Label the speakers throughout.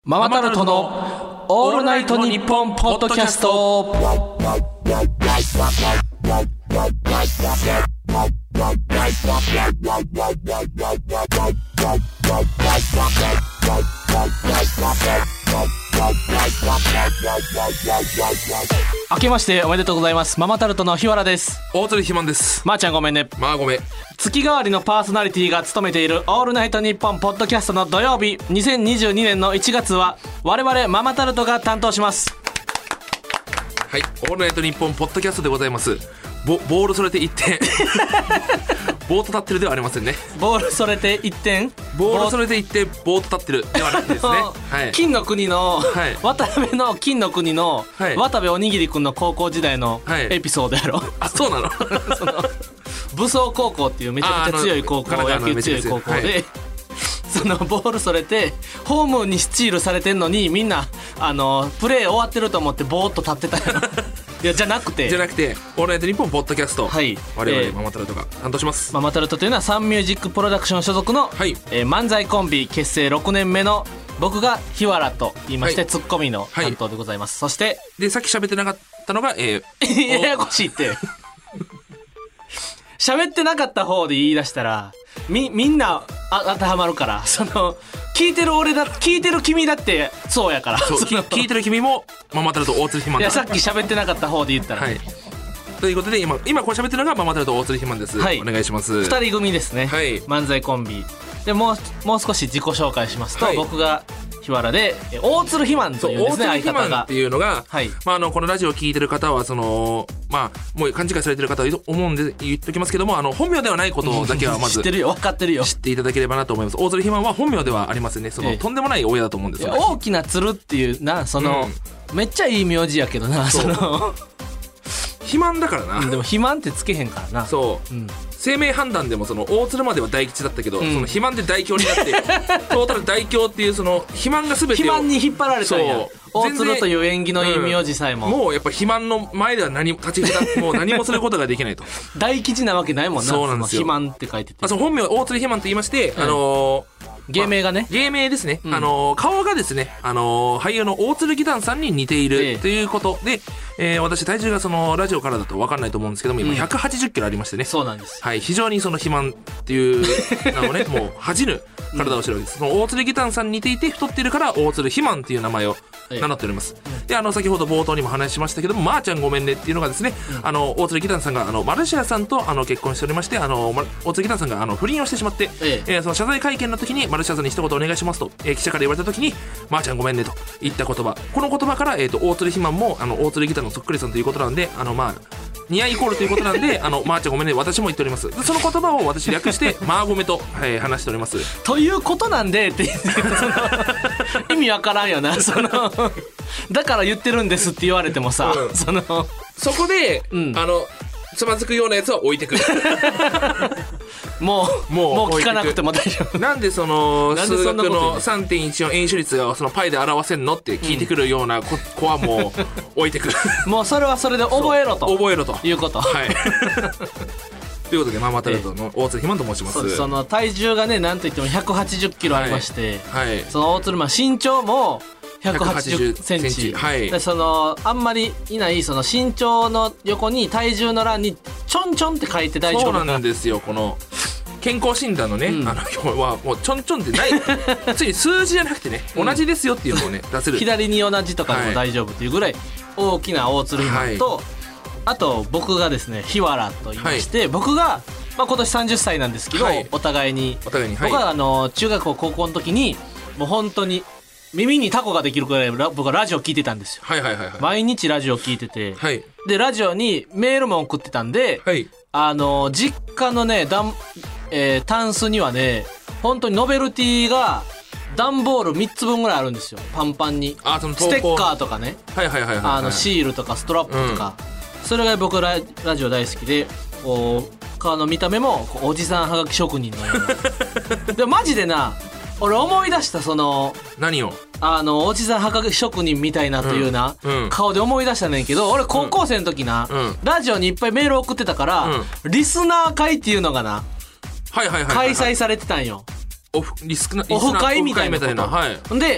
Speaker 1: ママタルトのオールナイトニッポンポッドキャスト。明けましておめでとうございます。ママタルトの日原です。
Speaker 2: 大鶴ひまんです。
Speaker 1: まーちゃんごめんね。
Speaker 2: まあごめん。
Speaker 1: 月替わりのパーソナリティが務めているオールナイトニッポンポッドキャストの土曜日、2022年の1月は我々ママタルトが担当します。
Speaker 2: はい、オールナイトニッポンポッドキャストでございます。ボールそれて1点ボート立ってるではありませんね。
Speaker 1: ボールそれて1点、
Speaker 2: ボールそれて1点、ボート立ってるではないですね。はい、
Speaker 1: 金の国の、
Speaker 2: はい、
Speaker 1: 渡辺の金の国の、はい、渡部おにぎりくんの高校時代のエピソードやろ、はい、
Speaker 2: あ、そうなの
Speaker 1: その武装高校っていうめちゃくちゃ強い高校、野球強い高校で、はい、そのボールそれてホームにスチールされてんのにみんなプレー終わってると思ってボーっと立ってたよいやじゃなくて
Speaker 2: オールナイトニッポンポッドキャスト、はい、我々ママタルトが担当します。
Speaker 1: ママタルトというのはサンミュージックプロダクション所属の、はい、漫才コンビ結成6年目の僕が日原と言いまして、はい、ツッコミの担当でございます、はい、そして
Speaker 2: でさっき喋ってなかったのが、や
Speaker 1: やこしいって喋ってなかった方で言い出したらみんな当てはまるから、その聞いてる君だってそうやから、
Speaker 2: そう聞いてる君もママタルト大鶴ひまんだ。
Speaker 1: いやさっき喋ってなかった方で言ったら、
Speaker 2: はい、ということで今これ喋ってるのがママタルト大鶴ひまんです、はい、お願いします。
Speaker 1: 2人組ですね、はい、漫才コンビでもう少し自己紹介しますと、はい、僕が日原で大鶴ひまんというですね、
Speaker 2: 大鶴ひまんっていうのが、
Speaker 1: はい、
Speaker 2: このラジオを聞いてる方はもう勘違いされてる方はいると思うんで言っときますけども、本名ではないことだけはまず
Speaker 1: 知ってるよ、分かってるよ、
Speaker 2: 知っていただければなと思います。大鶴ひまんは本名ではありませんね。とんでもない親だと思うんですよ。
Speaker 1: 大きな鶴っていうな、めっちゃいい名字やけどな、
Speaker 2: 肥満だからな。
Speaker 1: でも肥満ってつけへんからな。
Speaker 2: そう、生命判断でも大鶴までは大吉だったけど、その肥満で大凶になってトータル大凶っていう肥満が全てを
Speaker 1: 肥満に引っ張られたんや。大鶴という縁起のいい名字さえも、
Speaker 2: もうやっぱ肥満の前では立ち札もう何もすることができないと
Speaker 1: 大吉なわけないもんな。
Speaker 2: そうなんですよ。
Speaker 1: 肥満って書いてて、
Speaker 2: 本名大鶴肥満と言いまして、
Speaker 1: 芸名がね、
Speaker 2: 芸名ですね、顔がですね、俳優の大鶴義丹さんに似ているということで、私体重がラジオからだと分かんないと思うんですけども、今180キロありましてね、
Speaker 1: そうなんです、
Speaker 2: はい、非常に肥満っていう名をねもう恥じぬ体をしてるわけです。その大鶴義丹さんに似ていて太っているから大鶴肥満っていう名前を名乗っております。で先ほど冒頭にも話しましたけども、まーちゃんごめんねっていうのがですね、大鶴義丹さんがマルシアさんと結婚しておりまして、大鶴義丹さんが不倫をしてしまって、その謝罪会見の時にマルシアさんに一言お願いしますと、記者から言われた時にまーちゃんごめんねと言った言葉、この言葉から、大鶴肥満も大鶴義丹のそっくりさんということなんで、似合いイコールということなんでまーちゃんごめんね私も言っております。でその言葉を私略してまーごめと、話しております。
Speaker 1: ということなんでって意味わからんよな。だから言ってるんですって言われてもさ、
Speaker 2: そこで、つまずくようなやつは置いてくる
Speaker 1: もう聞かなくても大丈夫。
Speaker 2: なんで数学の 3.14 円周率がパイで表せんのって聞いてくるような子はもう置いてくる
Speaker 1: もうそれはそれで覚えろということ。
Speaker 2: はいということでママタルトの大鶴ひまんと申します。
Speaker 1: その体重がねなんといっても180キロありまして、
Speaker 2: はい、
Speaker 1: その大鶴身長も180センチ、
Speaker 2: はい、
Speaker 1: であんまりいない身長の横に体重の欄にちょんちょんって書いて大丈夫か。
Speaker 2: そうなんですよ。この健康診断のね、はもうちょんちょんってないついに数字じゃなくてね、同じですよっていうのをね出せる。
Speaker 1: 左に同じとかでも大丈夫っていうぐらい大きな大鶴ひまんと、あと僕がですね日原と言いまして、僕が、今年30歳なんですけど、お互いに、僕は中学校高校の時にもう本当に耳にタコができるくらい僕はラジオ聞いてたんですよ。毎日ラジオ聞いてて、でラジオにメールも送ってたんで、実家のねタンスにはね本当にノベルティが段ボール3つ分ぐらいあるんですよ。パンパンにステッカーとかね、シールとかストラップとか、それが僕ラジオ大好きで、顔の見た目もおじさんはがき職人のようなでマジでな、俺思い出した
Speaker 2: 何を
Speaker 1: おじさんはがき職人みたいなというな、顔で思い出したねんけど、俺高校生の時な、ラジオにいっぱいメール送ってたから、リスナー会っていうのがな、開催されてたんよ。
Speaker 2: オフ会みたいな
Speaker 1: こと。で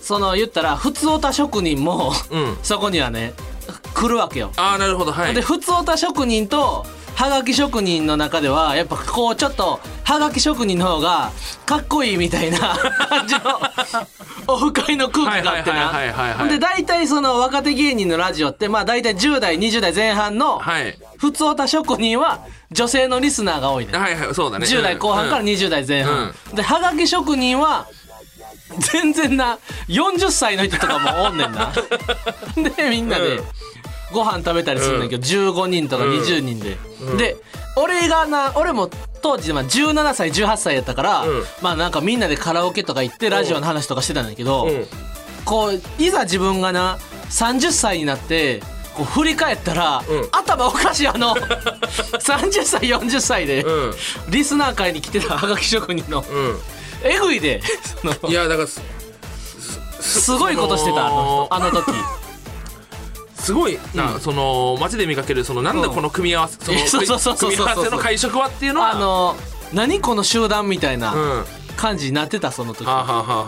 Speaker 1: その言ったら普通オタ職人も、そこにはね来るわけよ。
Speaker 2: なるほど。はい。
Speaker 1: で普通オタ職人とはがき職人の中ではやっぱこうちょっとはがき職人の方がかっこいいみたいな感じのオフ会の空気があってな。で大体その若手芸人のラジオってまあ大体10代20代前半の普通オタ職人は女性のリスナーが多いね。
Speaker 2: そうだね。
Speaker 1: 10代後半から20代前半、ではがき職人は全然な40歳の人とかもおんねんなでみんなでご飯食べたりするんだけど、15人とか20人で、で俺も当時17歳18歳やったから、まあなんかみんなでカラオケとか行ってラジオの話とかしてたんだけど、こういざ自分がな30歳になってこう振り返ったら、頭おかしい30歳40歳で、リスナー会に来てたはがき職人の、えぐいで
Speaker 2: いやだから
Speaker 1: すごいことしてたあの時
Speaker 2: すごいな、その街で見かけるそのなんだこの組み合わせ、その組み合わせの会食はっていうのは
Speaker 1: 何この集団みたいな感じになってたその時。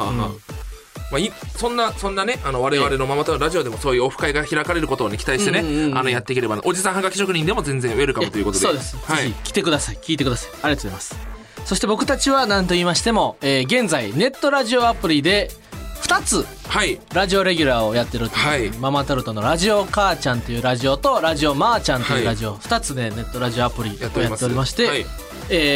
Speaker 2: そんなね我々のママタルラジオでもそういうオフ会が開かれることを、ね、期待してね、やっていければ、おじさんはがき職人でも全然ウェルカムということで。
Speaker 1: そうです、ぜひ来てください、聞いてください。ありがとうございます。そして僕たちは何と言いましても、現在ネットラジオアプリで2つラジオレギュラーをやってるという、ママタルトのラジオ母ちゃんというラジオとラジオまーちゃんというラジオ、2つでネットラジオアプリをやっておりまして、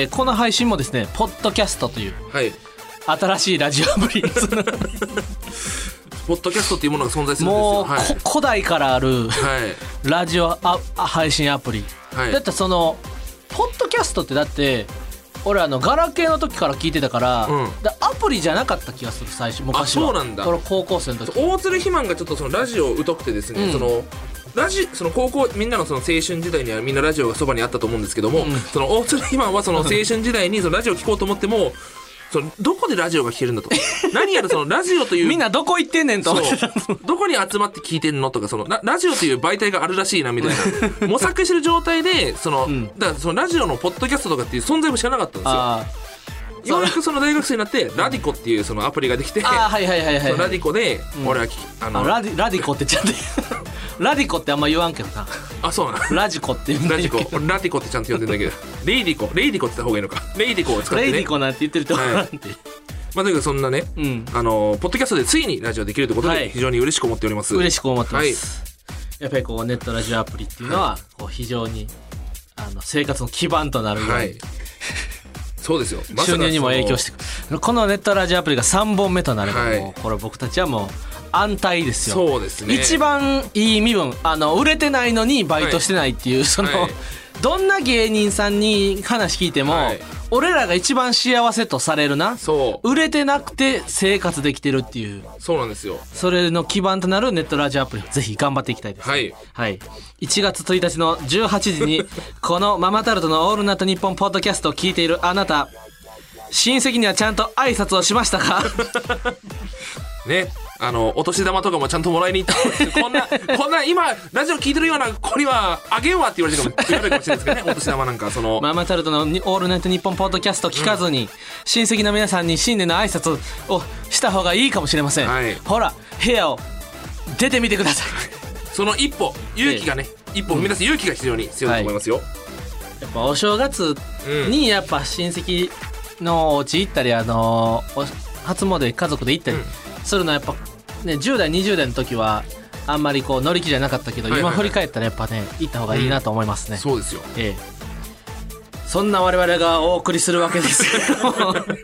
Speaker 1: この配信もですねポッドキャストという、新しいラジオアプリポ
Speaker 2: ッドキャストっていうものが存在するんですよ。
Speaker 1: もう、古代からある、ラジオ配信アプリ、だってそのポッドキャストってだって俺ガラケーの時から聞いてたから、アプリじゃなかった気がする最初昔は。
Speaker 2: そうなんだ。
Speaker 1: この高校生の時
Speaker 2: 大鶴ひまんがちょっとそのラジオ疎くてですね、その高校みんなのその青春時代にはみんなラジオがそばにあったと思うんですけども、その大鶴ひまんはその青春時代にそのラジオ聞こうと思ってもどこでラジオが聞けるんだと何やらそのラジオという
Speaker 1: みんなどこ行ってんねんと思ってた
Speaker 2: どこに集まって聞いてんのとかラジオという媒体があるらしいなみたいな模索してる状態でだからそのラジオのポッドキャストとかっていう存在も知らなかったんですよ。ようやくその大学生になってラディコっていうそのアプリができて、ラディコで俺は
Speaker 1: ラディコってちゃんとラディコってあんま言わんけどな。
Speaker 2: そうなの。
Speaker 1: ラジコって言うんだけど、
Speaker 2: ラディコってちゃんと呼んでんだけどレイディコって言った方がいいのか。レイディコを使ってね、
Speaker 1: レイディコなんて言ってるとなんて、
Speaker 2: とにかくそんなね、ポッドキャストでついにラジオできるということで非常に嬉しく思っております。
Speaker 1: 嬉しく思ってます、やっぱりこうネットラジオアプリっていうのはこう非常に生活の基盤となるぐらい、
Speaker 2: そうですよ。
Speaker 1: 収入にも影響してくる。このネットラジオアプリが3本目となれば、もうこれ僕たちはもう安泰ですよ。
Speaker 2: そうですね。
Speaker 1: 一番いい身分、売れてないのにバイトしてないっていう、どんな芸人さんに話聞いても、俺らが一番幸せとされるな、売れてなくて生活できてるっていう、
Speaker 2: そうなんですよ。
Speaker 1: それの基盤となるネットラジオアプリをぜひ頑張っていきたいです。1月1日の18時にこのママタルトのオールナイトニッポンポッドキャストを聞いているあなた、親戚にはちゃんと挨拶をしましたか
Speaker 2: ね、お年玉とかもちゃんともらいに行ったこんな今ラジオ聞いてるような子にはあげんわって言われるかもしれないですけどね、お年玉なんか
Speaker 1: ママタルトのオールナイトニッポンポッドキャスト聞かずに、親戚の皆さんに新年の挨拶をした方がいいかもしれません、ほら部屋を出てみてください
Speaker 2: その一歩勇気がね、一歩踏み出す勇気が非常に必要だと思いますよ、
Speaker 1: やっぱお正月にやっぱ親戚のお家行ったり初詣家族で行ったりするのはやっぱね、10代20代の時はあんまりこう乗り気じゃなかったけど、今振り返ったらやっぱね行った方がいいなと思いますね、
Speaker 2: そうですよ、
Speaker 1: そんな我々がお送りするわけですけど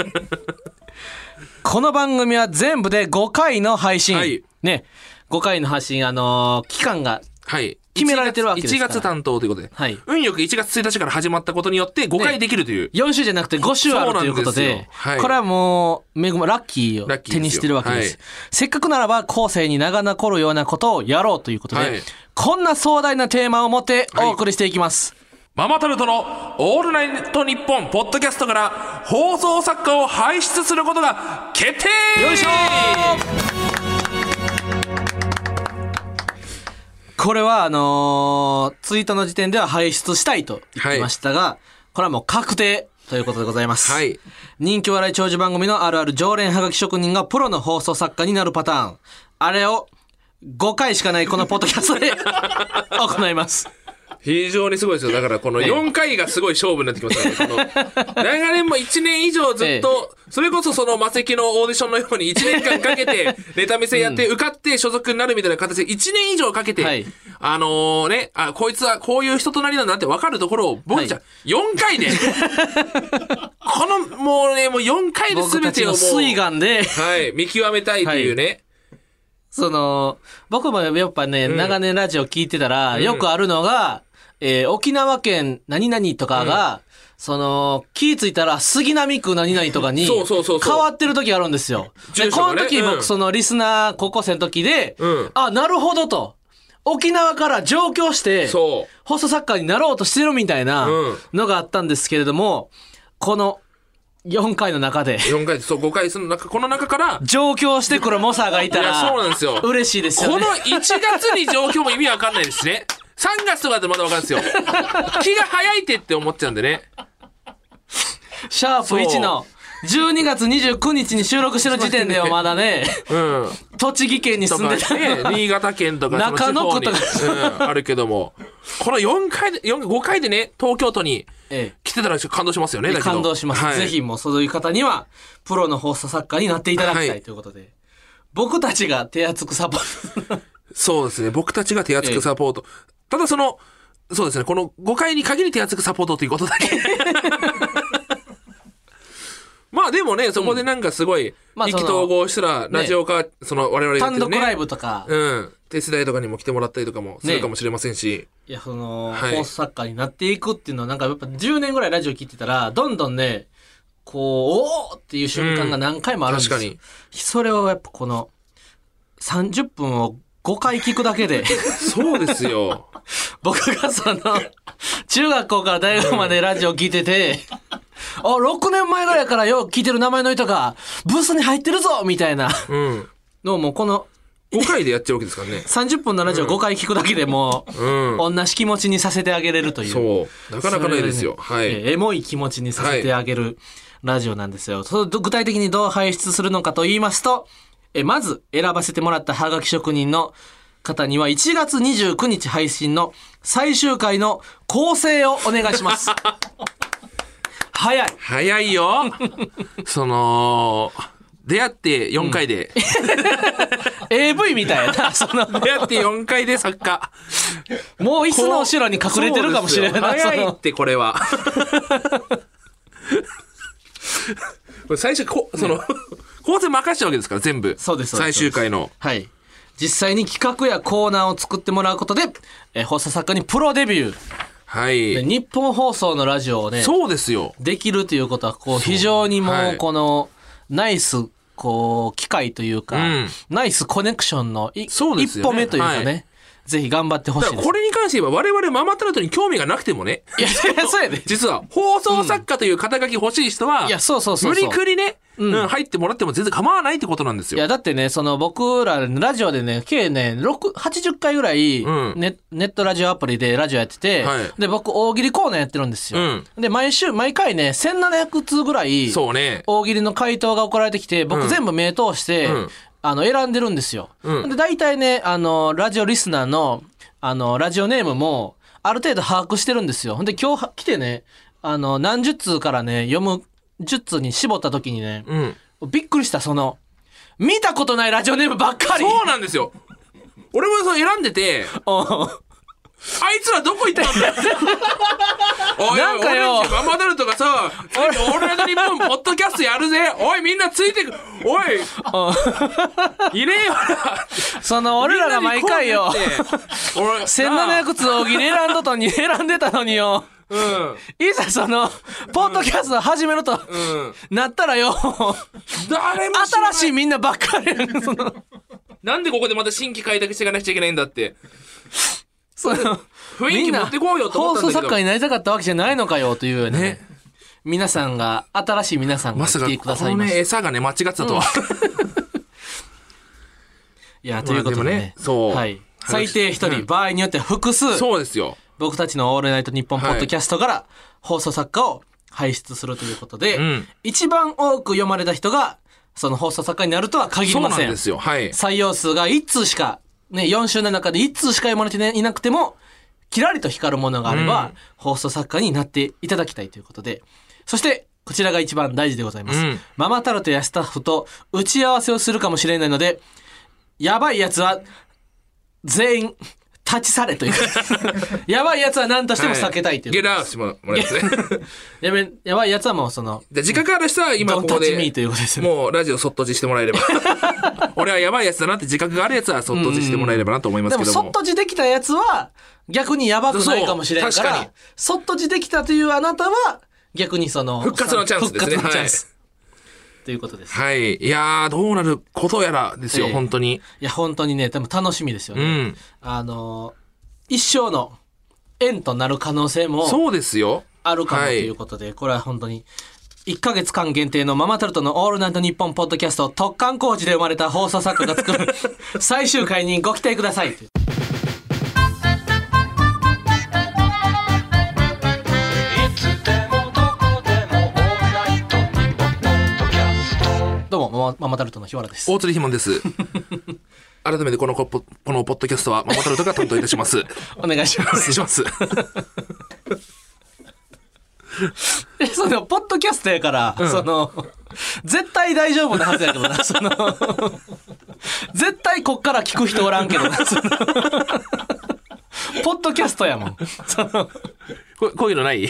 Speaker 1: この番組は全部で5回の配信、ね、5回の配信期間が決められてるわけですから、
Speaker 2: 1月担当ということで、運よく1月1日から始まったことによって5回できるという、
Speaker 1: 4週じゃなくて5週あるということで、これはもうラッキーを手にしてるわけです。せっかくならば後世に名が残るようなことをやろうということで、こんな壮大なテーマを持ってお送りしていきます。
Speaker 2: ママタルトのオールナイトニッポンポッドキャストから放送作家を輩出することが決定。
Speaker 1: よいしょこれはツイートの時点では輩出したいと言ってましたが、これはもう確定ということでございます。
Speaker 2: はい。
Speaker 1: 人気笑い長寿番組のあるある常連はがき職人がプロの放送作家になるパターン。あれを5回しかないこのポッドキャストで行います。
Speaker 2: 非常にすごいですよ。だからこの4回がすごい勝負になってきますからね。この長年も1年以上ずっと、それこそそのマセキのオーディションのように1年間かけてネタ見せやって受かって所属になるみたいな形で1年以上かけて、こいつはこういう人となりなんだって分かるところを僕じゃ4回でこのもう4回で全てをもう
Speaker 1: 水眼で
Speaker 2: 見極めたいというね。
Speaker 1: 僕もやっぱね、長年ラジオ聞いてたら、よくあるのが、沖縄県何々とかが、気ぃついたら杉並区何々とかに変わってる時あるんですよ。で、この時僕リスナー高校生の時で、あ、なるほどと。沖縄から上京して、放送作家になろうとしてるみたいなのがあったんですけれども、この4回の中で。
Speaker 2: 4回、5回その中、この中から。
Speaker 1: 上京してくる猛者がいたら。
Speaker 2: いや、そうなんですよ。
Speaker 1: 嬉しいですよね。
Speaker 2: この1月に上京も意味わかんないですね。3月とかでまだわかるんですよ。気が早いって思っちゃうんでね。
Speaker 1: シャープ1の12月29日に収録してる時点ではまだね、栃木県に住んでた
Speaker 2: ね、新潟県とか
Speaker 1: 中野区とか、
Speaker 2: あるけども、この5回でね、東京都に来てたら感動しますよね。
Speaker 1: 感動します。ぜひもうそういう方にはプロの放送作家になっていただきたいということで、僕たちが手厚くサポート。
Speaker 2: そうですね。僕たちが手厚くサポート。ただそうですね。この5回に限り手厚くサポートということだけ。まあでもね、そこでなんかすごい、意気投合したら、ラジオか、我々
Speaker 1: 単独ライブとか、
Speaker 2: 手伝いとかにも来てもらったりとかもするかもしれませんし。
Speaker 1: いや、放送作家になっていくっていうのは、なんかやっぱ10年ぐらいラジオ聞いてたら、どんどんね、おーっていう瞬間が何回もあるんですよ。
Speaker 2: 確かに。
Speaker 1: それをやっぱ30分を5回聞くだけで。
Speaker 2: そうですよ。
Speaker 1: 僕が中学校から大学までラジオ聞いてて、6年前ぐらいからよく聞いてる名前の人がブースに入ってるぞみたいなのをもうこの
Speaker 2: 5回でやっちゃうわけですからね。
Speaker 1: 30分のラジオ5回聞くだけでもう、同じ気持ちにさせてあげれるという。
Speaker 2: そう。なかなかないですよ。はい。
Speaker 1: エモい気持ちにさせてあげるラジオなんですよ。具体的にどう輩出するのかと言いますと、まず選ばせてもらったハガキ職人の方には1月29日配信の最終回の構成をお願いします。
Speaker 2: 早いよ。出会って4回で。
Speaker 1: AV みたいな。出
Speaker 2: 会って4回で作家。
Speaker 1: もう椅子の後ろに隠れてるかもしれない。
Speaker 2: 早いってこれは。最初、構成任したわけですから全部。
Speaker 1: そうです。
Speaker 2: 最終回の。
Speaker 1: はい。実際に企画やコーナーを作ってもらうことで、放送作家にプロデビュー。
Speaker 2: はい。
Speaker 1: 日本放送のラジオをね、
Speaker 2: そうですよ。
Speaker 1: できるということは、非常にもうナイス、機会というか、ナイスコネクションの一歩目というかね、ぜひ頑張ってほしいです。
Speaker 2: これに関して言えば我々ママタルトに興味がなくてもね。
Speaker 1: いや、そうやで。
Speaker 2: 実は、放送作家という肩書き欲しい人は、
Speaker 1: いや、そう。
Speaker 2: 無理くりね、入ってもらっても全然構わないってことなんですよ。
Speaker 1: いや、だってね、僕らラジオでね、計ね、80回ぐらい、ネットラジオアプリでラジオやってて、で、僕、大喜利コーナーやってるんですよ。で、毎回ね、1700通ぐらい、
Speaker 2: そうね。
Speaker 1: 大喜利の回答が送られてきて、僕全部目通して、選んでるんですよ。で、大体ね、ラジオリスナーの、ラジオネームも、ある程度把握してるんですよ。で、今日来てね、何十通からね、読む10通に絞った時にね、びっくりした、見たことないラジオネームばっかり。
Speaker 2: そうなんですよ。俺も選んでて、あいつらどこ行ったんだよ。おい、なんかよ、ママダルトがさ、オールナイトニッポンポッドキャストやるぜ。おい、みんなついてく。おい、いねえよな。
Speaker 1: 俺らが毎回よ、1700通大喜利選んでたのによ。いざポッドキャスト始めると、なったらよ、
Speaker 2: 誰も
Speaker 1: 新しいみんなばっかり。
Speaker 2: なんでここでまた新規開拓していかなくちゃいけないんだって。雰囲気持ってこうよと思ったんだけど。
Speaker 1: 放送作家になりたかったわけじゃないのかよというね。新しい皆さんが来てくださいました。
Speaker 2: まさかこのね、餌がね、間違ってたとは。
Speaker 1: いや、ということでね。はい。最低一人、場合によっては複数。
Speaker 2: そうですよ。
Speaker 1: 僕たちのオールナイトニッポンポッドキャストから放送作家を輩出するということで、一番多く読まれた人がその放送作家になるとは限りません。
Speaker 2: そうなんですよ。はい。
Speaker 1: 採用数が1通しか、ね、4週の中で1通しか読まれていなくても、キラリと光るものがあれば、放送作家になっていただきたいということで、そして、こちらが一番大事でございます。ママタルトやスタッフと打ち合わせをするかもしれないので、やばいやつは全員立ち去れというやばいやつは何としても避けたいという、
Speaker 2: ゲラーしてもらいますね
Speaker 1: やばいやつはもうその
Speaker 2: 自覚ある人は今ここでもうラジオそっとじしてもらえれば俺はやばいやつだなって自覚があるやつはそっとじしてもらえればなと思いますけども、
Speaker 1: でもそっとじできたやつは逆にやばくないかもしれないから、そっとじできたというあなたは逆にその
Speaker 2: 復活のチャンスですね。
Speaker 1: 復活のチャンス、ということです。
Speaker 2: はい。いやー、どうなることやらですよ、本当に。
Speaker 1: いや、本当にね、多分楽しみですよね。一生の縁となる可能性も
Speaker 2: そうですよ。
Speaker 1: あるかもということで、これは本当に1ヶ月間限定のママタルトのオールナイトニッポンポッドキャスト特貫工事で生まれた放送作家が作る最終回にご期待ください。どうもママタルトの日原です。
Speaker 2: 大鶴ひまんです。改めてこのポッドキャストはママタルトが担当いたします。
Speaker 1: お願いします。
Speaker 2: お願いします。
Speaker 1: そのポッドキャストやから、その絶対大丈夫なはずやけどな。その絶対こっから聞く人おらんけどな。そのポッドキャストやもん。その
Speaker 2: こういうのない？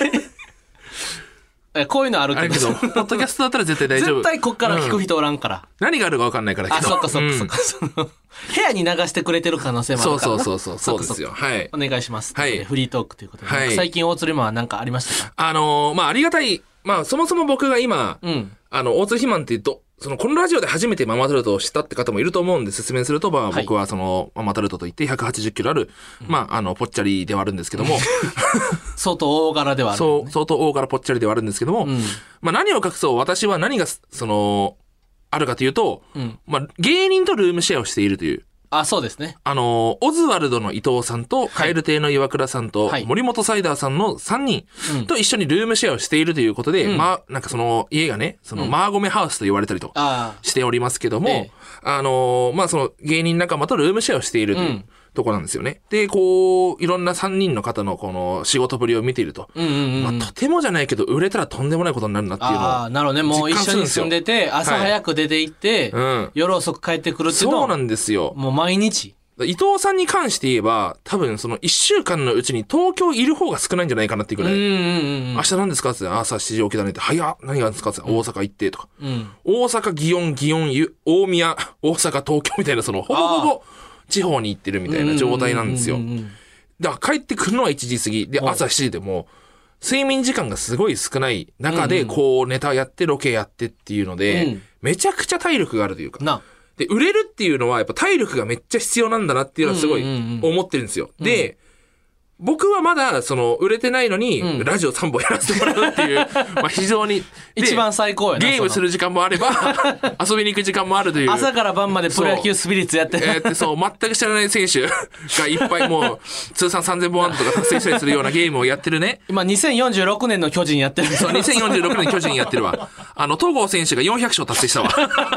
Speaker 1: こういうのあるけど、
Speaker 2: ポッドキャストだったら絶対大丈夫。
Speaker 1: 絶対こっから聞く人おらんから。
Speaker 2: 何があるか分かんないから。
Speaker 1: あ、そっか。その部屋に流してくれてる可能性もあるからな。
Speaker 2: そうですよ。はい。
Speaker 1: お願いします。
Speaker 2: はい。
Speaker 1: フリートークということで。はい、最近大鶴ひまは何かありましたか？
Speaker 2: ありがたい。そもそも僕が今、大鶴ひまんって言うと、このラジオで初めてママタルトを知ったって方もいると思うんで説明すると、僕はママタルトといって180キロある、ぽっちゃりではあるんですけども。
Speaker 1: 相当大柄ではある、ね。
Speaker 2: そう、相当大柄ぽっちゃりではあるんですけども、何を隠そう私は何が、あるかというと、芸人とルームシェアをしているという。
Speaker 1: あ、そうですね。
Speaker 2: オズワルドの伊藤さんと、蛙亭の岩倉さんと、森本サイダーさんの3人と一緒にルームシェアをしているということで、なんか家がね、マーゴメハウスと言われたりとしておりますけども、芸人仲間とルームシェアをしているというところなんですよね。で、いろんな3人の方のこの仕事ぶりを見ていると、とてもじゃないけど、売れたらとんでもないことになるなっていうのを。
Speaker 1: なるほどね。もう一緒に住んでて、朝早く出て行って、夜遅く帰ってくるっていうの。
Speaker 2: そうなんですよ。
Speaker 1: もう毎日。
Speaker 2: 伊藤さんに関して言えば、多分1週間のうちに東京いる方が少ないんじゃないかなっていうぐらい。明日何ですかって、朝7時起きだねって、早っ何がですかって、大阪行ってとか。大阪、祇園、大宮、大阪、東京みたいな、ほぼほぼ地方に行ってるみたいな状態なんですよ。だから帰ってくるのは1時過ぎ。で、朝7時でも、睡眠時間がすごい少ない中で、ネタやってロケやってっていうので、めちゃくちゃ体力があるというか。で、売れるっていうのはやっぱ体力がめっちゃ必要なんだなっていうのはすごい思ってるんですよ。で、僕はまだ売れてないのに、ラジオ3本やらせてもらうっていう非常に
Speaker 1: 一番最高やな。
Speaker 2: ゲームする時間もあれば遊びに行く時間もあるという、
Speaker 1: 朝から晩までプロ野球スピリッツやって
Speaker 2: そう全く知らない選手がいっぱいもう通算3000本とか達成したりするようなゲームをやってるね。
Speaker 1: 今2046年の巨人やってる。
Speaker 2: そう2046年巨人やってるわ。戸郷選手が400勝達成したわ。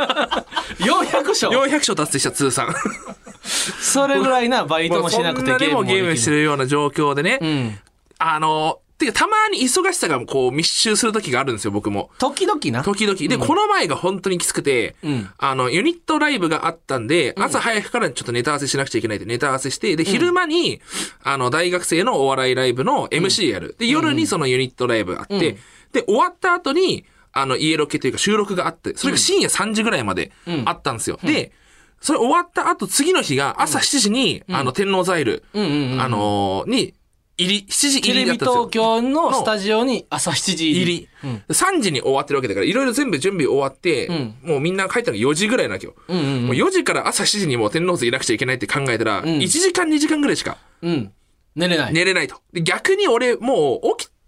Speaker 1: 400勝
Speaker 2: 400勝達成した通算。
Speaker 1: それぐらいな、バイトもしなくてゲームも
Speaker 2: ゲームしてるような状況でね。てかたまに忙しさが密集する時があるんですよ、僕も。
Speaker 1: 時々な。
Speaker 2: で、この前が本当にきつくて、ユニットライブがあったんで、朝早くからちょっとネタ合わせしなくちゃいけないってネタ合わせして、で、昼間に、大学生のお笑いライブの MC やる。で、夜にそのユニットライブがあって、で、終わった後に、家ロケというか収録があって、それが深夜3時ぐらいまであったんですよ。で、それ終わった後、次の日が朝7時に、天王ザイル、に、7時入りだったんですよ。テレビ
Speaker 1: 東京のスタジオに朝7時入り。
Speaker 2: 3時に終わってるわけだから、いろいろ全部準備終わって、もうみんな帰ったのが4時ぐらいなきゃ。もう4時から朝7時にもう天王洲いなくちゃいけないって考えたら、1時間2時間ぐらいしか、
Speaker 1: 寝れない。
Speaker 2: 寝れないと。で逆に俺、もう起き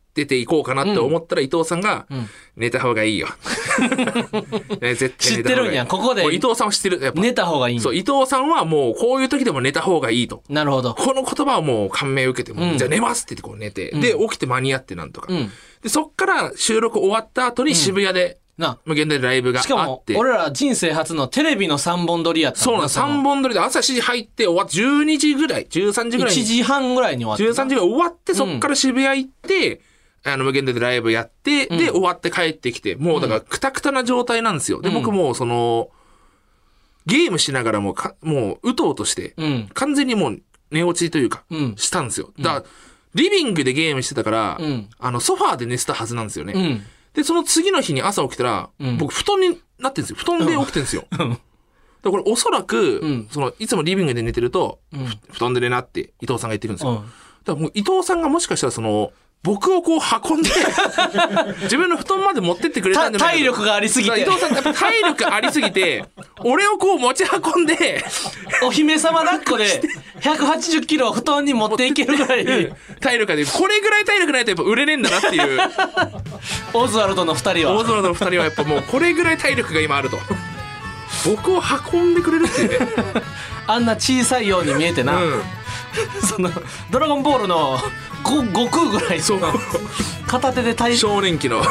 Speaker 2: 出ていこうかなって思ったら、伊藤さんが、寝た方がいいよ。絶対
Speaker 1: 知ってるんや、ここで。
Speaker 2: 伊藤さんは知ってる。やっぱ
Speaker 1: 寝た方がいいんや。
Speaker 2: そう、伊藤さんはもうこういう時でも寝た方がいいと。
Speaker 1: なるほど。
Speaker 2: この言葉はもう感銘を受けて、じゃあ寝ますって言ってこう寝て、で、起きて間に合ってなんとか。で、そっから収録終わった後に渋谷で、無限大でライブがあって。
Speaker 1: しかも、俺ら人生初のテレビの3本撮りやった
Speaker 2: そうなん、3本撮りで朝7時入って終わって12時ぐらい、13時ぐらいに。
Speaker 1: 1時半ぐらいに終わって。
Speaker 2: 13時ぐらい終わって、そっから渋谷行って、無限大でライブやって、で、終わって帰ってきて、もうだからクタクタな状態なんですよ。で、僕もゲームしながらもう、うとうとして、完全にもう寝落ちというか、したんですよ。だから、リビングでゲームしてたから、ソファーで寝てたはずなんですよね。で、その次の日に朝起きたら、僕、布団になってるんですよ。布団で起きてるんですよ。これ、おそらく、いつもリビングで寝てると、布団で寝なって伊藤さんが言ってくるんですよ。だからもう伊藤さんがもしかしたら僕をこう運んで、自分の布団まで持ってってくれたんじゃないか。
Speaker 1: 体力がありすぎて。
Speaker 2: 伊藤さんやっぱ体力ありすぎて、俺をこう持ち運んで、
Speaker 1: お姫様抱っこで180キロ布団に持っていけるぐらい
Speaker 2: 体力がで、これぐらい体力ないとやっぱ売れねえんだなっていう。
Speaker 1: オズワルドの2人は。
Speaker 2: オズワルドの2人はやっぱもうこれぐらい体力が今あると。僕を運んでくれるっていうね。
Speaker 1: あんな小さいように見えてな。ドラゴンボールの悟空ぐらい片手で
Speaker 2: 少年期の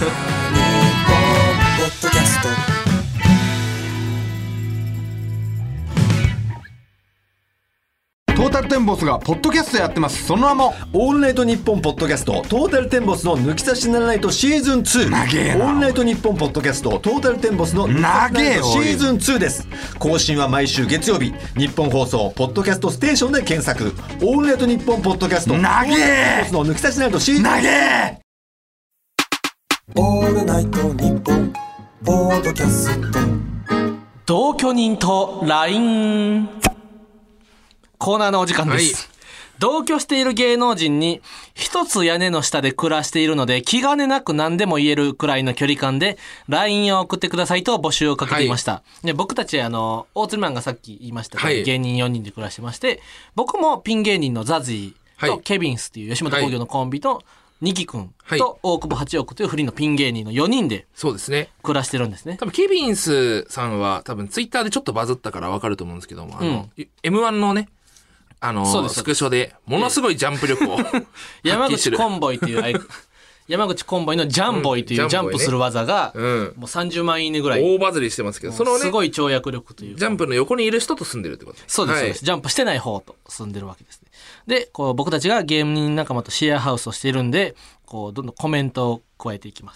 Speaker 3: トータルテンボスがポッドキャストやってます。その名も
Speaker 4: オールナイトニッポンポッドキャストトータルテンボスの抜き差しならないとシーズン2。
Speaker 3: 長えな。
Speaker 4: オールナイトニッポンポッドキャストトータルテンボスの抜き差しならないとシーズン2です。更新は毎週月曜日、日本放送ポッドキャストステーションで検索。オールナイトニッポンポッドキャスト
Speaker 3: 長え
Speaker 4: トータルテンボスの抜き差しならないとシーズン2。
Speaker 3: 長え。
Speaker 5: オールナイトニッポンポッドキャスト。
Speaker 1: 同居人と LINE コーナーのお時間です、同居している芸能人に一つ屋根の下で暮らしているので気兼ねなく何でも言えるくらいの距離感で LINE を送ってくださいと募集をかけていました、で僕たち大鶴マンがさっき言いましたが、芸人4人で暮らしてまして、僕もピン芸人のザジーとケビンスっていう吉本興業のコンビと、ニキ君と大久保八億というフリーのピン芸人の4人で暮らしてるんですね。
Speaker 2: 多分ケビンスさんは多分ツイッターでちょっとバズったから分かると思うんですけども、M1 のねスクショでものすごいジャンプ力を
Speaker 1: 山口コンボイっていう山口コンボイのジャンボイというジャンプする技がもう30万いいねぐらい
Speaker 2: 大バズりしてますけど、そのね
Speaker 1: すごい跳躍力という
Speaker 2: ジャンプの横にいる人と住んでるってこと。
Speaker 1: そうです、そうです。ジャンプしてない方と住んでるわけですね。で僕たちがゲーム人仲間とシェアハウスをしているんでどんどんコメントを加えていきます。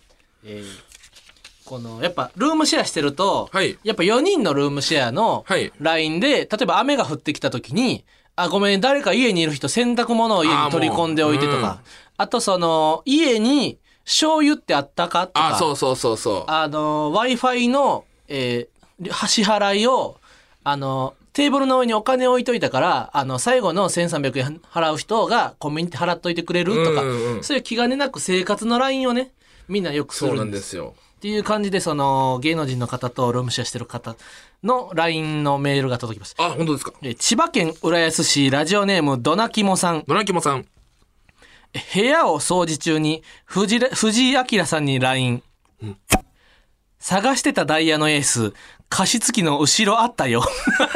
Speaker 1: やっぱルームシェアしてると、やっぱ4人のルームシェアの LINE で、例えば雨が降ってきた時に、ごめん、誰か家にいる人洗濯物を家に取り込んでおいてとか、あと家に醤油ってあったかとか、
Speaker 2: そう
Speaker 1: Wi-Fi の、支払いをテーブルの上にお金置いといたから最後の1300円払う人がコンビニで払っといてくれるとか、そういう気兼ねなく生活の LINE をねみんなよくするんです。
Speaker 2: そうなんですよ
Speaker 1: っていう感じで芸能人の方とルームシェアしてる方の LINE のメールが届きました。
Speaker 2: 本当ですか。
Speaker 1: 千葉県浦安市ラジオネームドナキモさん。
Speaker 2: ドナキモさん。
Speaker 1: 部屋を掃除中に藤井明さんに LINE、探してたダイヤのエース加湿器の後ろあったよ。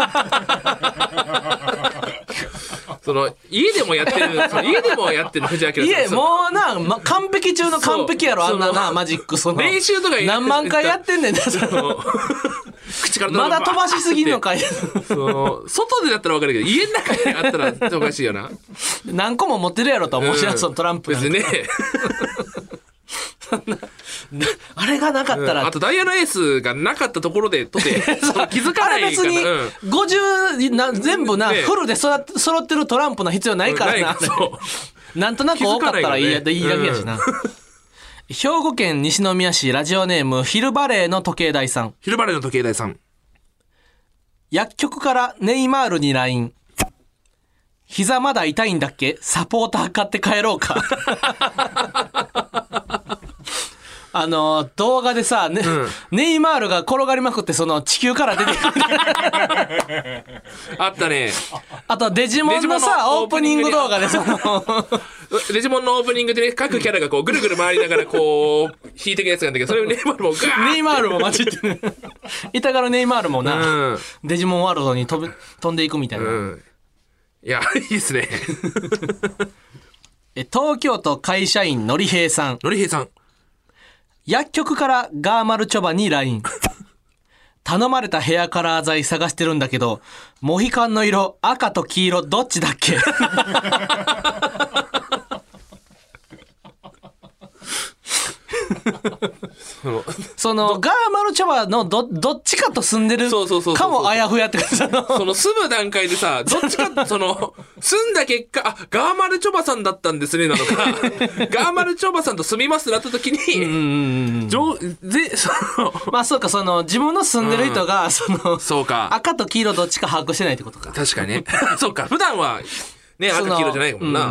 Speaker 2: 家でもやってる家でもやってる藤井明さん。
Speaker 1: もう完璧中の完璧やろ、あんなマジック
Speaker 2: 練習とか
Speaker 1: 何万回やってんねんな。
Speaker 2: 口から
Speaker 1: まだ飛ばしすぎんのかい。
Speaker 2: 外でだったら分かるけど家の中にあったらおかしいよな。
Speaker 1: 何個も持ってるやろと思うしな、トランプなんか。
Speaker 2: 別にね。
Speaker 1: あれがなかったら、
Speaker 2: あとダイヤのエースがなかったところで気づかないか
Speaker 1: ら。あれ別に50全部フルで揃ってるトランプの必要ないからな。なんとなく多かったらいいだけやしな。兵庫県西宮市ラジオネームヒルバレーの時計台さん。
Speaker 2: ヒルバレーの時計台さん。
Speaker 1: 薬局からネイマールに LINE。膝まだ痛いんだっけ？サポーター買って帰ろうか。動画でさ、ネイマールが転がりまくって地球から出てくる。
Speaker 2: あったね。
Speaker 1: あとデジモンのさオープニング動画で
Speaker 2: デジモンのオープニングでね、各キャラがこうぐるぐる回りながらこう弾いていくやつなんだけど、それをネイマールもガー
Speaker 1: ネイマールも混じってる板柄ネイマールもな、デジモンワールドに飛んでいくみたいな、
Speaker 2: いやいいですね
Speaker 1: 東京都会社員のりへいさん。薬局からガーマルチョバに LINE 頼まれたヘアカラー剤探してるんだけど、モヒカンの色赤と黄色どっちだっけそのガーマルチョバのどっちかと住んでるかもあやふやって
Speaker 2: その住む段階でさ、どっちかその住んだ結果、ガーマルチョバさんだったんですねなのかガーマルチョバさんと住みますってなった時に
Speaker 1: まあそうか、その自分の住んでる人が
Speaker 2: そうか、
Speaker 1: 赤と黄色どっちか把握してないってことか。
Speaker 2: 確かにねそうか、普段はね赤黄色じゃないもんな、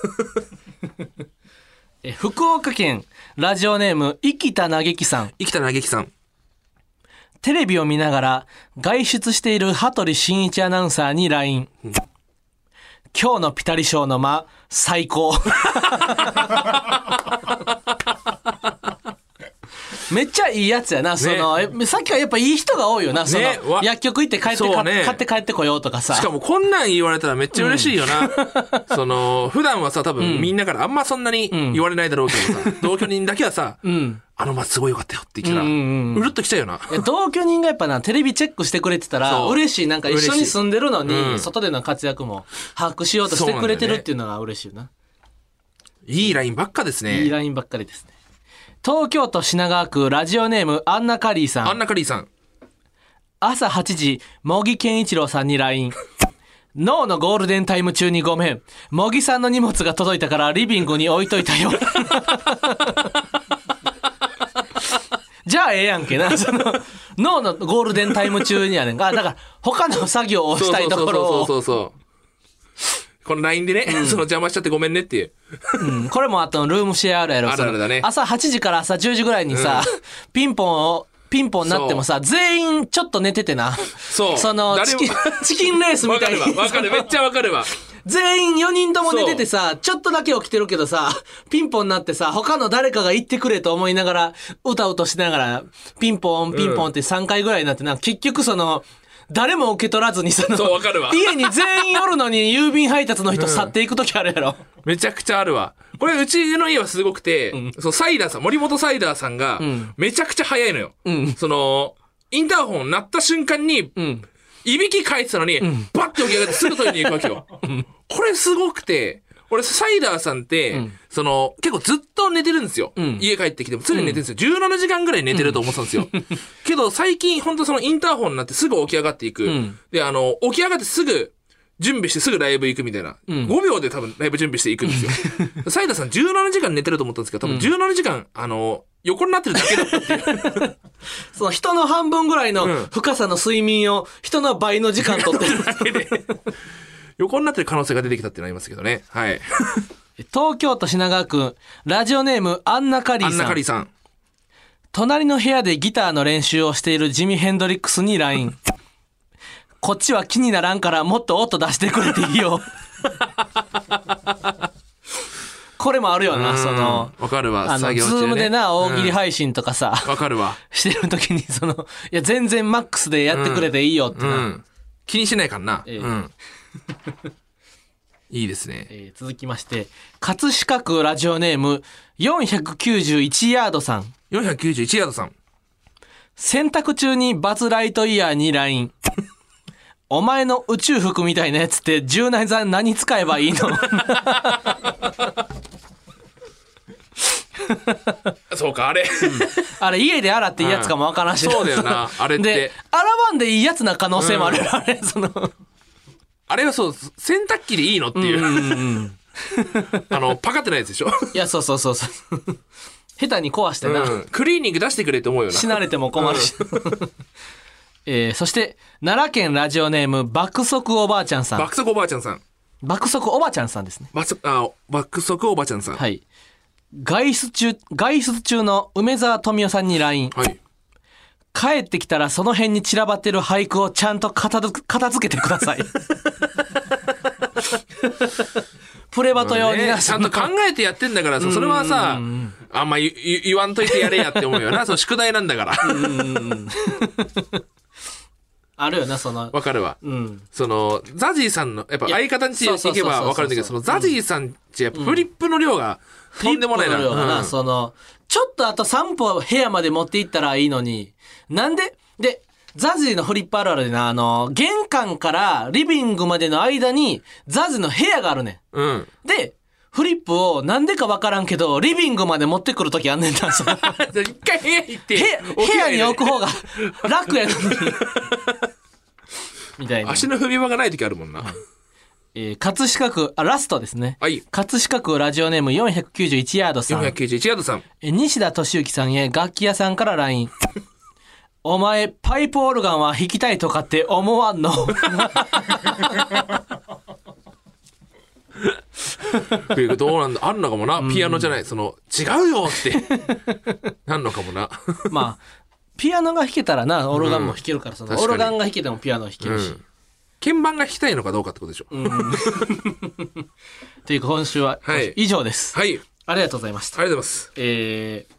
Speaker 1: 福岡県ラジオネーム生きた嘆きさん。テレビを見ながら外出している羽鳥慎一アナウンサーに LINE、今日のピタリ賞の間最高めっちゃいいやつやな、その、さっきはやっぱいい人が多いよな、その薬局行って買って帰ってこようとかさ。
Speaker 2: しかもこんなん言われたらめっちゃ嬉しいよな、その普段はさ多分みんなからあんまそんなに言われないだろうけどさ、同居人だけはさ、すごいよかったよって言ったら、うるっときちゃうよな。
Speaker 1: 同居人がやっぱなテレビチェックしてくれてたら嬉しい。なんか一緒に住んでるのに、外での活躍も把握しようとしてくれてるっていうのが嬉しいよな。
Speaker 2: いいラインばっかですね。
Speaker 1: いいラインばっかりですね。東京都品川区ラジオネームアンナカリーさん。朝8時茂木健一郎さんに LINE 脳のゴールデンタイム中にごめん、茂木さんの荷物が届いたからリビングに置いといたよじゃあええやんけな、その脳のゴールデンタイム中にやねんか。だから他の作業をしたいところを
Speaker 2: この LINE でね、その邪魔しちゃってごめんねっていう、
Speaker 1: これもあとルームシェアあるやろ。
Speaker 2: あるあるだね。
Speaker 1: 朝8時から朝10時ぐらいにさ、ピンポンなってもさ、全員ちょっと寝ててな、そのチキンレースみたいに
Speaker 2: わかるめっちゃわかるわ
Speaker 1: 全員4人とも寝ててさ、ちょっとだけ起きてるけどさ、ピンポンになってさ、他の誰かが行ってくれと思いながらうたうとしながらピンポンって3回ぐらいになってな、結局その誰も受け取らずに
Speaker 2: わかるわ
Speaker 1: 家に全員おるのに郵便配達の人去っていく時あるやろ、
Speaker 2: めちゃくちゃあるわ。これうちの家はすごくて、そうサイダーさん、森本サイダーさんがめちゃくちゃ早いのよ、そのインターホン鳴った瞬間に、いびきかいてたのに、バッて起き上がってすぐ取りに行くわけよ、これすごくて、俺サイダーさんって、その結構ずっと寝てるんですよ、家帰ってきても常に寝てるんですよ、17時間ぐらい寝てると思ってたんですよ、けど最近本当そのインターホンになってすぐ起き上がっていく、で起き上がってすぐ準備してすぐライブ行くみたいな、5秒で多分ライブ準備していくんですよサイダーさん17時間寝てると思ったんですけど、多分17時間横になってるだけだったっていう
Speaker 1: その人の半分ぐらいの深さの睡眠を人の倍の時間とってるだけで
Speaker 2: 横になってる可能性が出てきたってなりますけどね。はい
Speaker 1: 東京都品川区ラジオネームアンナカリーさん。隣の部屋でギターの練習をしているジミ・ヘンドリックスに LINE こっちは気にならんからもっと音出してくれていいよこれもあるよな、その
Speaker 2: わかるわ、
Speaker 1: 作業中ね、ズームでな大喜利配信とかさ、
Speaker 2: わかるわ
Speaker 1: してる時にそのいや全然マックスでやってくれていいよってな、
Speaker 2: 気にしないからな、いいですね、
Speaker 1: 続きまして葛飾区ラジオネーム491ヤードさん。洗濯中にバズ・ライトイヤーに LINE お前の宇宙服みたいなやつって柔軟剤何使えばいいの
Speaker 2: そうか、あれ、
Speaker 1: あれ家で洗っていいやつかもわからんし、
Speaker 2: そうだよな、あれって
Speaker 1: で洗わんでいいやつな可能性もある、あれその
Speaker 2: あれはそう洗濯機でいいのっていう、パカってないやつでしょ
Speaker 1: いやそう下手に壊してな、
Speaker 2: クリーニング出してくれって思うよな、
Speaker 1: 死なれても困るし、そして奈良県ラジオネーム爆速おばあちゃんさん。
Speaker 2: 爆速おばあちゃんさん
Speaker 1: ですね。
Speaker 2: 爆速おばあちゃんさん。
Speaker 1: はい。外出中の梅沢富美男さんに LINE、はい、帰ってきたらその辺に散らばってる俳句をちゃんと片付けてくださいプレバト用にな、
Speaker 2: ちゃんと考えてやってんだからさ、それはさ、あんま言わんといてやれやって思うよな。その宿題なんだから。
Speaker 1: あるよな、その。
Speaker 2: わかるわ。その、ザジーさんの、やっぱ相方に行けばわかるんだけど、そのザジーさんちやっぱフリップの量がとんでもないな。
Speaker 1: その、ちょっとあと3歩部屋まで持っていったらいいのに、なんで、で、ザジーのフリップあるあるでな、玄関からリビングまでの間に、ザジーの部屋があるねん。で、フリップをなんでかわからんけど、リビングまで持ってくるときあんねんな。
Speaker 2: 一回部屋行って。
Speaker 1: 部屋に置く方が楽やのに。みたいな。
Speaker 2: 足の踏み場がないときあるもんな。
Speaker 1: 葛飾区、ラストですね。
Speaker 2: はい。
Speaker 1: 葛飾区ラジオネーム491ヤードさん。
Speaker 2: 491ヤードさん。
Speaker 1: 西田敏行さんへ楽器屋さんから LINE。お前、パイプオルガンは弾きたいとかって思わんの？
Speaker 2: どうなんだ、あるのかもな、ピアノじゃない、その違うよってなんのかもな。
Speaker 1: まあピアノが弾けたらな、オルガンも弾けるから、そのオルガンが弾けてもピアノ弾けるし、
Speaker 2: 鍵盤が弾きたいのかどうかってことでしょ。
Speaker 1: というか今週は以上です。
Speaker 2: はい、
Speaker 1: ありがとうございました。
Speaker 2: ありがとうございます。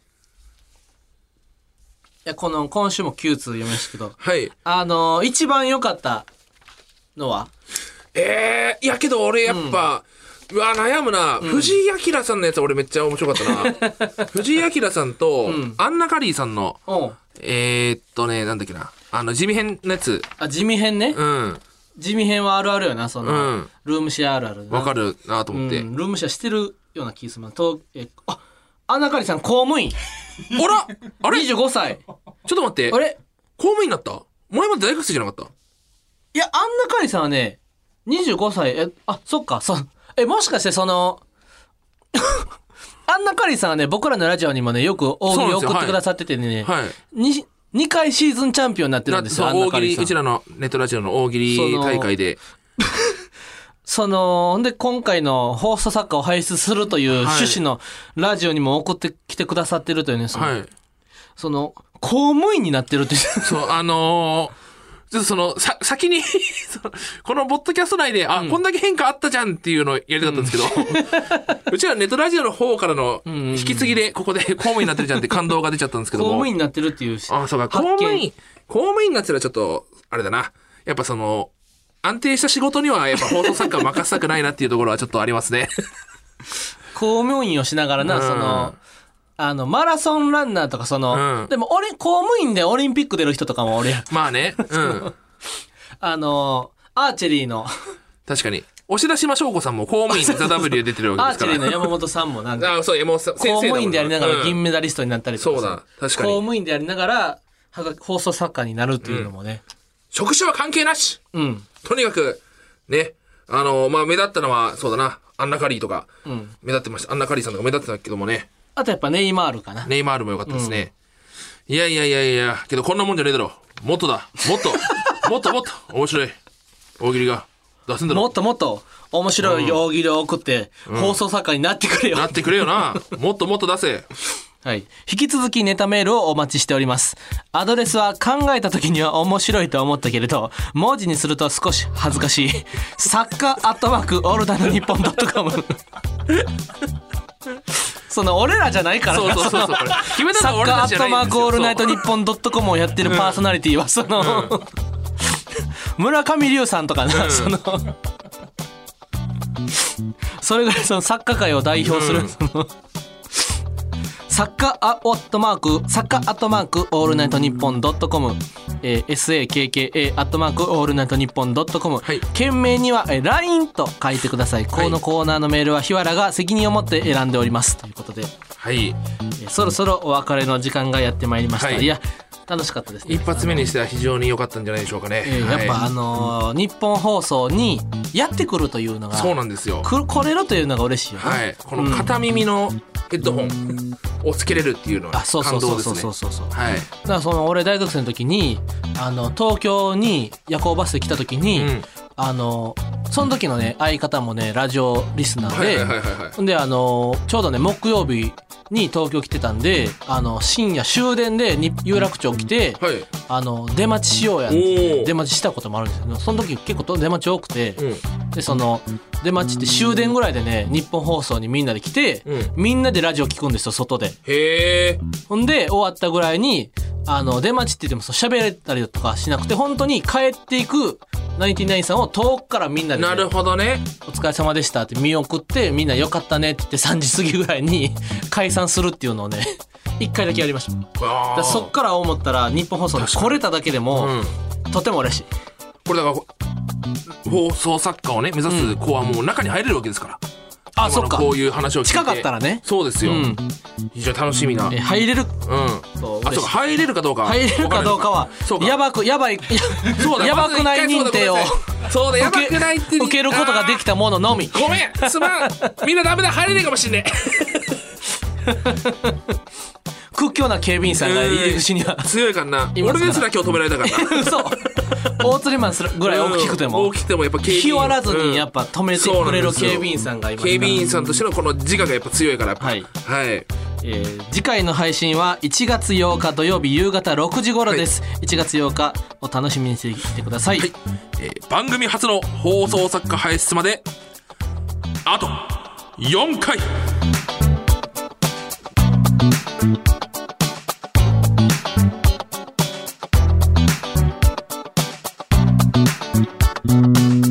Speaker 1: いや、この今週も9通読みましたけど、
Speaker 2: はい、
Speaker 1: 一番良かったのは、
Speaker 2: いやけど俺やっぱ、うわ悩むな、藤井明さんのやつ俺めっちゃ面白かったな。藤井明さんと、アンナカリーさんのなんだっけな、地味編のやつ。
Speaker 1: あ、地味編ね。地味編はあるあるよな、その、ルームシェアあるある。
Speaker 2: わかるなと思って、
Speaker 1: ルームシェアしてるような気がするな。アンナカリーさん公務員。
Speaker 2: あら、あれ
Speaker 1: 25歳。
Speaker 2: ちょっと待って、
Speaker 1: あれ
Speaker 2: 公務員になった？前まで大学生じゃなかった？
Speaker 1: いや、アンナカリーさんはね、25歳、そっか、もしかしてその、アンナカリーさんはね、僕らのラジオにもね、よく大喜利送ってくださっててね、2回シーズンチャンピオンになってるんですよ、アンナカリーさん。
Speaker 2: うちらのネットラジオの大喜利大会で。
Speaker 1: ほんで今回の放送作家を輩出するという趣旨のラジオにも送ってきてくださってるというね、その、公務員になってるって。
Speaker 2: そう、ちょっとその、先にこのポッドキャスト内で、こんだけ変化あったじゃんっていうのをやりたかったんですけど、うちらネットラジオの方からの引き継ぎで、ここで公務員になってるじゃんって感動が出ちゃったんですけども。
Speaker 1: 公務員になってるっていう。
Speaker 2: そうか、公務員になってたらちょっと、あれだな。やっぱその、安定した仕事にはやっぱ放送作家を任せたくないなっていうところはちょっとありますね。
Speaker 1: 公務員をしながらな、その、マラソンランナーとかでも公務員でオリンピック出る人とかも俺。
Speaker 2: まあね。
Speaker 1: アーチェリーの。
Speaker 2: 確かに。押田島翔子さんも公務員でザ・ W で出てるわけですから。
Speaker 1: アーチェリーの山本さんもなんか。
Speaker 2: そう、山本さん。
Speaker 1: 公務員でありながら銀メダリストになったりとか。
Speaker 2: そうだ、確かに。
Speaker 1: 公務員でありながら、放送作家になるっていうのもね。
Speaker 2: 職種は関係なし。とにかく、ね。目立ったのは、そうだな。アンナカリーとか、目立ってました。アンナカリーさんとか目立ってたけどもね。
Speaker 1: あとやっぱネイマールかな。
Speaker 2: ネイマールも良かったですね。いや、けどこんなもんじゃねえだろ。もっとだ。もっと面白い大喜利が出すんだろ。
Speaker 1: もっと面白い大喜利を送って、放送作家になってくれよ。
Speaker 2: なってくれよな。もっと出せ。
Speaker 1: はい。引き続きネタメールをお待ちしております。アドレスは考えた時には面白いと思ったけれど、文字にすると少し恥ずかしい。作家@allnightnippon.com その俺らじゃないからな。
Speaker 2: そう。これ決めたのは俺らじゃないんですよ。
Speaker 1: allnightnippon.com をやってるパーソナリティは村上龍さんとかな、それぐらいその作家界を代表する、作家@allnightnippon.com sakka@allnightnippon.com、件名には LINE と書いてください。このコーナーのメールは日原が責任を持って選んでおりますということで、そろそろお別れの時間がやってまいりました。いや楽しかったですね。
Speaker 2: 一発目にしては非常に良かったんじゃないでしょうかね。
Speaker 1: やっぱ日本放送にやってくるというのが、
Speaker 2: そうなんですよ。
Speaker 1: 来れるというのが嬉しいよね。
Speaker 2: この片耳のヘッドホンをつけれるっていうのは感動ですね。だ
Speaker 1: から俺大学生の時に東京に夜行バスで来た時に、その時のね相方もねラジオリスナーで、でちょうどね木曜日に東京来てたんで深夜終電で有楽町来て、
Speaker 2: はい、
Speaker 1: 出待ちしようやって出待ちしたこともあるんですけど、その時結構出待ち多くて、でその出待ちって終電ぐらいでね日本放送にみんなで来て、みんなでラジオ聞くんですよ外で。
Speaker 2: へえ。
Speaker 1: ほんで終わったぐらいに出待ちって言っても喋れたりとかしなくて、本当に帰っていくナインティナインさんを遠くからみんなで、ね、
Speaker 2: なるほどね。
Speaker 1: お疲れ様でしたって見送って、みんなよかったねって言って3時過ぎぐらいに解散するっていうのをね1回だけやりました。そっから思ったら日本放送に来れただけでも、とても嬉しい。
Speaker 2: これだから放送作家をね目指す子はもう中に入れるわけですから。
Speaker 1: あ、そっか。
Speaker 2: こういう話を聞いて
Speaker 1: 近かったらね。
Speaker 2: そうですよ。非常に楽しみな。
Speaker 1: 入れる。
Speaker 2: あ、そうか。入れるかどうか。
Speaker 1: 入れるかどうかはやばくない認定を
Speaker 2: そうだ、やばくないって
Speaker 1: 受けることができたもののみ。
Speaker 2: ごめん、すまん。みんなダメだ、入れないかもしんね
Speaker 1: 屈強な警備員さんが入り口には
Speaker 2: 強いからな。俺ですら今日止められたからな。
Speaker 1: 嘘。大釣りマンぐらい大きくても
Speaker 2: やっぱ警備員
Speaker 1: 日割らずにやっぱ止めてくれる警備員さんがいますから。
Speaker 2: 警備員さんとしてのこの自我がやっぱ強いからやっぱ。
Speaker 1: はい。
Speaker 2: はい。
Speaker 1: 次回の配信は1月8日土曜日夕方6時頃です。1月8日お楽しみにしていてください。
Speaker 2: 番組初の放送作家輩出まであと4回。
Speaker 5: 「